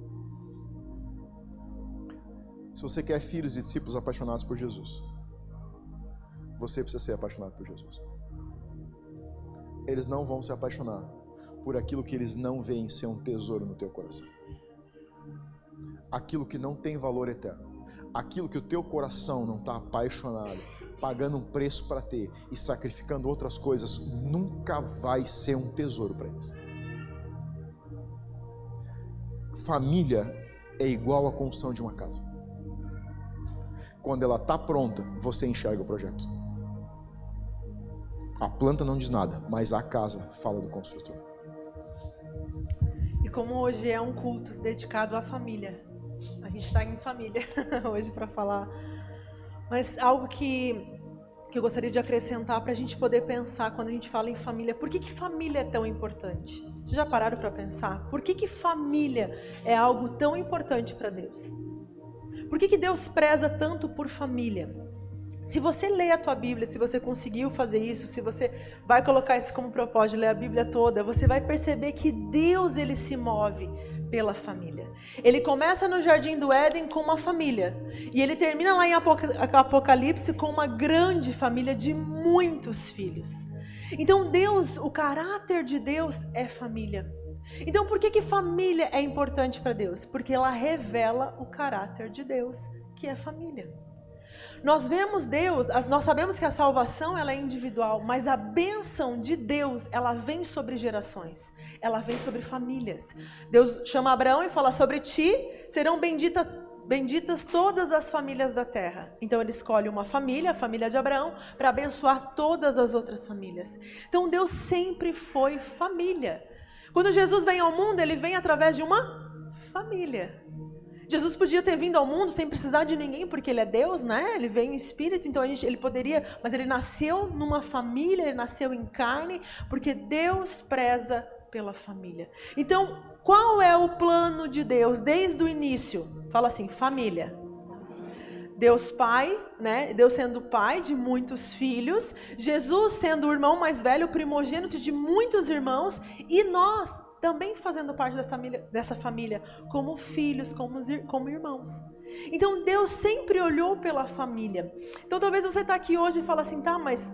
[SPEAKER 1] Se você quer filhos e discípulos apaixonados por Jesus, você precisa ser apaixonado por Jesus. Eles não vão se apaixonar por aquilo que eles não veem ser um tesouro no teu coração. Aquilo que não tem valor eterno. Aquilo que o teu coração não está apaixonado, pagando um preço para ter e sacrificando outras coisas, nunca vai ser um tesouro para eles. Família é igual à construção de uma casa. Quando ela está pronta, você enxerga o projeto. A planta não diz nada, mas a casa fala do construtor.
[SPEAKER 3] E como hoje é um culto dedicado à família, a gente está em família hoje para falar, mas algo que eu gostaria de acrescentar para a gente poder pensar quando a gente fala em família. Por que família é tão importante? Vocês já pararam para pensar? Por que família é algo tão importante para Deus? Por que Deus preza tanto por família? Se você lê a tua Bíblia, se você conseguiu fazer isso, se você vai colocar isso como propósito de ler a Bíblia toda, você vai perceber que Deus, ele se move pela família. Ele começa no Jardim do Éden com uma família, e ele termina lá em Apocalipse com uma grande família de muitos filhos. Então Deus, o caráter de Deus é família. Então por que família é importante para Deus? Porque ela revela o caráter de Deus, que é família. Nós vemos Deus, nós sabemos que a salvação ela é individual, mas a bênção de Deus, ela vem sobre gerações, ela vem sobre famílias. Deus chama Abraão e fala: sobre ti serão benditas todas as famílias da terra. Então ele escolhe uma família, a família de Abraão, para abençoar todas as outras famílias. Então Deus sempre foi família. Quando Jesus vem ao mundo, ele vem através de uma família. Jesus podia ter vindo ao mundo sem precisar de ninguém, porque ele é Deus, né? Ele veio em espírito, então ele poderia, mas ele nasceu numa família, ele nasceu em carne, porque Deus preza pela família. Então, qual é o plano de Deus desde o início? Fala assim, família. Deus Pai, né? Deus sendo pai de muitos filhos, Jesus sendo o irmão mais velho, o primogênito de muitos irmãos, e nós também fazendo parte dessa família, como filhos, como irmãos. Então Deus sempre olhou pela família. Então talvez você está aqui hoje e fala assim, tá, mas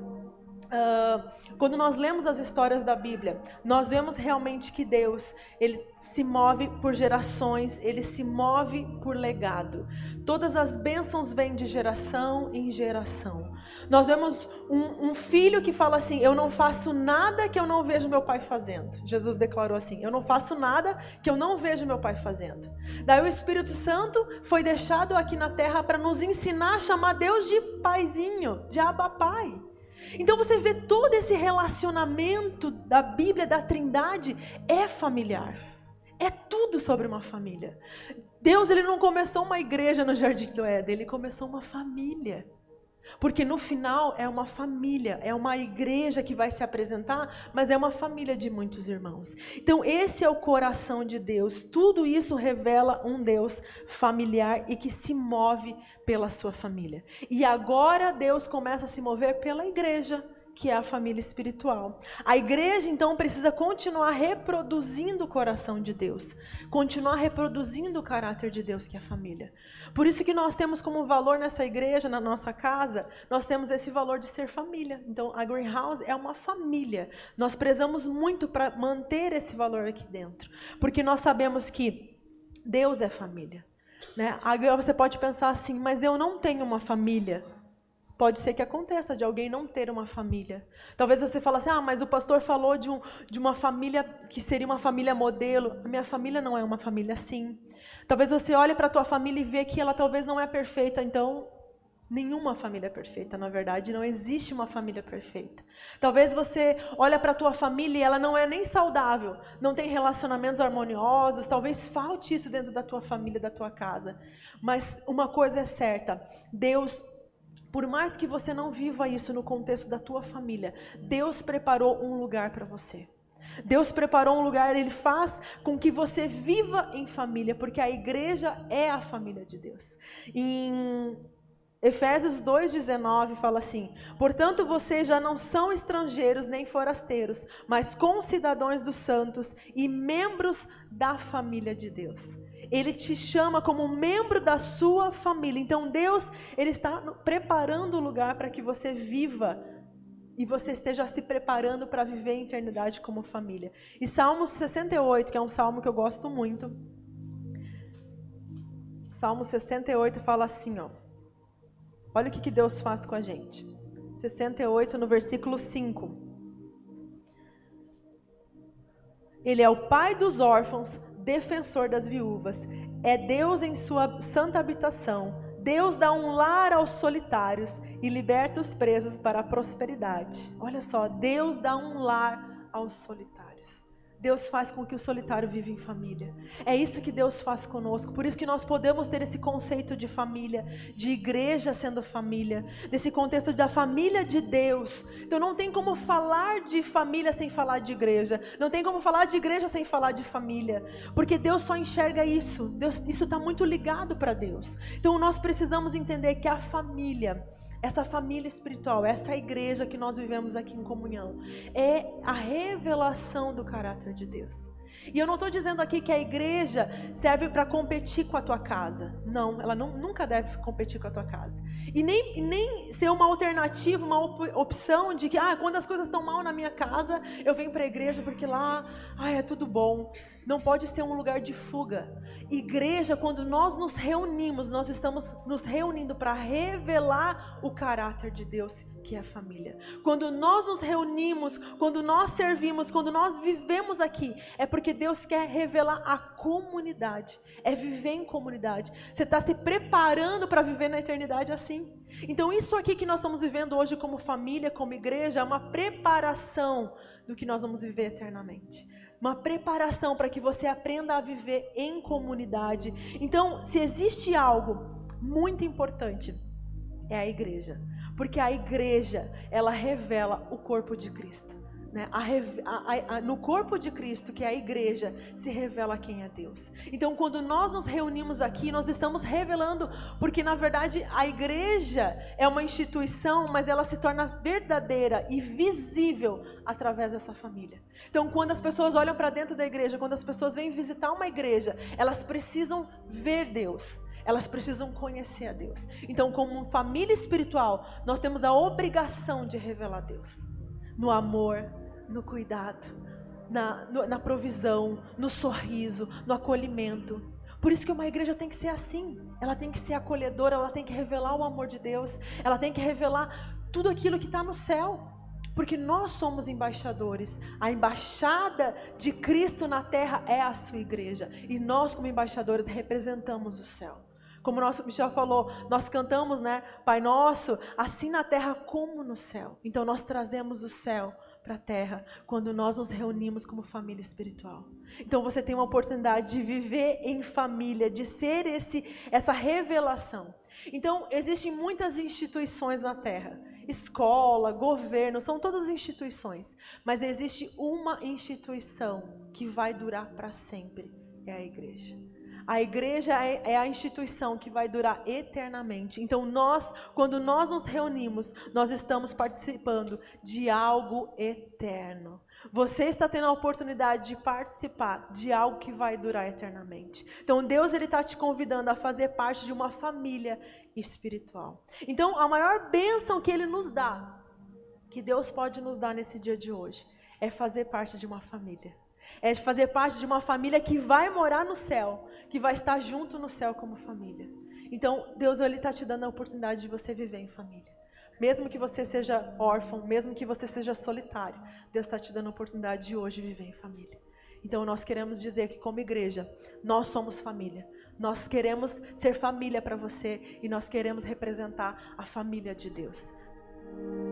[SPEAKER 3] quando nós lemos as histórias da Bíblia, nós vemos realmente que Deus, ele se move por gerações, ele se move por legado. Todas as bênçãos vêm de geração em geração. Nós vemos um filho que fala assim, eu não faço nada que eu não vejo meu pai fazendo. Jesus declarou assim, eu não faço nada que eu não vejo meu pai fazendo. Daí o Espírito Santo foi deixado aqui na terra para nos ensinar a chamar Deus de paizinho, de Abba Pai. Então você vê todo esse relacionamento da Bíblia, da Trindade, é familiar. É tudo sobre uma família. Deus, ele não começou uma igreja no Jardim do Éden, ele começou uma família. Porque no final é uma família, é uma igreja que vai se apresentar, mas é uma família de muitos irmãos. Então esse é o coração de Deus, tudo isso revela um Deus familiar e que se move pela sua família. E agora Deus começa a se mover pela igreja, que é a família espiritual. A igreja então precisa continuar reproduzindo o coração de Deus, continuar reproduzindo o caráter de Deus, que é a família. Por isso que nós temos como valor nessa igreja, na nossa casa, nós temos esse valor de ser família. Então a Greenhouse é uma família. Nós prezamos muito para manter esse valor aqui dentro, porque nós sabemos que Deus é família, né? Agora você pode pensar assim, mas eu não tenho uma família. Pode ser que aconteça de alguém não ter uma família. Talvez você fale assim, mas o pastor falou de uma família que seria uma família modelo. A minha família não é uma família assim. Talvez você olhe para a tua família e vê que ela talvez não é perfeita. Então, nenhuma família é perfeita, na verdade. Não existe uma família perfeita. Talvez você olhe para a tua família e ela não é nem saudável. Não tem relacionamentos harmoniosos. Talvez falte isso dentro da tua família, da tua casa. Mas uma coisa é certa. Deus, por mais que você não viva isso no contexto da tua família, Deus preparou um lugar para você. Deus preparou um lugar, Ele faz com que você viva em família, porque a igreja é a família de Deus. Em Efésios 2,19 fala assim, portanto vocês já não são estrangeiros nem forasteiros, mas concidadãos dos santos e membros da família de Deus. Ele te chama como membro da sua família. Então Deus, Ele está preparando o lugar para que você viva e você esteja se preparando para viver a eternidade como família. E Salmo 68, que é um salmo que eu gosto muito. Salmo 68 fala assim, olha o que Deus faz com a gente. 68 no versículo 5. Ele é o pai dos órfãos, defensor das viúvas, é Deus em sua santa habitação. Deus dá um lar aos solitários e liberta os presos para a prosperidade. Olha só, Deus dá um lar aos solitários. Deus faz com que o solitário viva em família. É isso que Deus faz conosco. Por isso que nós podemos ter esse conceito de família, de igreja sendo família, desse contexto da família de Deus. Então não tem como falar de família sem falar de igreja. Não tem como falar de igreja sem falar de família. Porque Deus só enxerga isso. Isso está muito ligado para Deus. Então nós precisamos entender que a família, essa família espiritual, essa igreja que nós vivemos aqui em comunhão, é a revelação do caráter de Deus. E eu não estou dizendo aqui que a igreja serve para competir com a tua casa. Não, ela nunca deve competir com a tua casa. E nem ser uma alternativa, uma opção de que quando as coisas estão mal na minha casa, eu venho para a igreja porque lá é tudo bom. Não pode ser um lugar de fuga. Igreja, quando nós nos reunimos, nós estamos nos reunindo para revelar o caráter de Deus, que é a família. Quando nós nos reunimos, quando nós servimos, quando nós vivemos aqui, é porque Deus quer revelar a comunidade, é viver em comunidade. Você está se preparando para viver na eternidade assim. Então isso aqui que nós estamos vivendo hoje como família, como igreja, é uma preparação do que nós vamos viver eternamente. Uma preparação para que você aprenda a viver em comunidade. Então, se existe algo muito importante, é a igreja. Porque a igreja, ela revela o corpo de Cristo. Né? No corpo de Cristo, que é a igreja, se revela quem é Deus. Então quando nós nos reunimos aqui, nós estamos revelando, porque na verdade a igreja é uma instituição, mas ela se torna verdadeira e visível através dessa família. Então quando as pessoas olham para dentro da igreja, quando as pessoas vêm visitar uma igreja, elas precisam ver Deus. Elas precisam conhecer a Deus. Então, como família espiritual, nós temos a obrigação de revelar Deus. No amor, no cuidado, na provisão, no sorriso, no acolhimento. Por isso que uma igreja tem que ser assim. Ela tem que ser acolhedora, ela tem que revelar o amor de Deus. Ela tem que revelar tudo aquilo que está no céu. Porque nós somos embaixadores. A embaixada de Cristo na terra é a sua igreja. E nós, como embaixadores, representamos o céu. Como o nosso Michel falou, nós cantamos, né? Pai nosso, assim na terra como no céu. Então nós trazemos o céu para a terra quando nós nos reunimos como família espiritual. Então você tem uma oportunidade de viver em família, de ser essa revelação. Então existem muitas instituições na terra. Escola, governo, são todas instituições. Mas existe uma instituição que vai durar para sempre, é a igreja. A igreja é a instituição que vai durar eternamente. Então quando nós nos reunimos, nós estamos participando de algo eterno. Você está tendo a oportunidade de participar de algo que vai durar eternamente. Então Deus está te convidando a fazer parte de uma família espiritual. Então a maior bênção que Ele nos dá, que Deus pode nos dar nesse dia de hoje, é fazer parte de uma família. É fazer parte de uma família que vai morar no céu, que vai estar junto no céu como família. Então, Deus está te dando a oportunidade de você viver em família. Mesmo que você seja órfão, mesmo que você seja solitário, Deus está te dando a oportunidade de hoje viver em família. Então, nós queremos dizer que como igreja, nós somos família. Nós queremos ser família para você e nós queremos representar a família de Deus.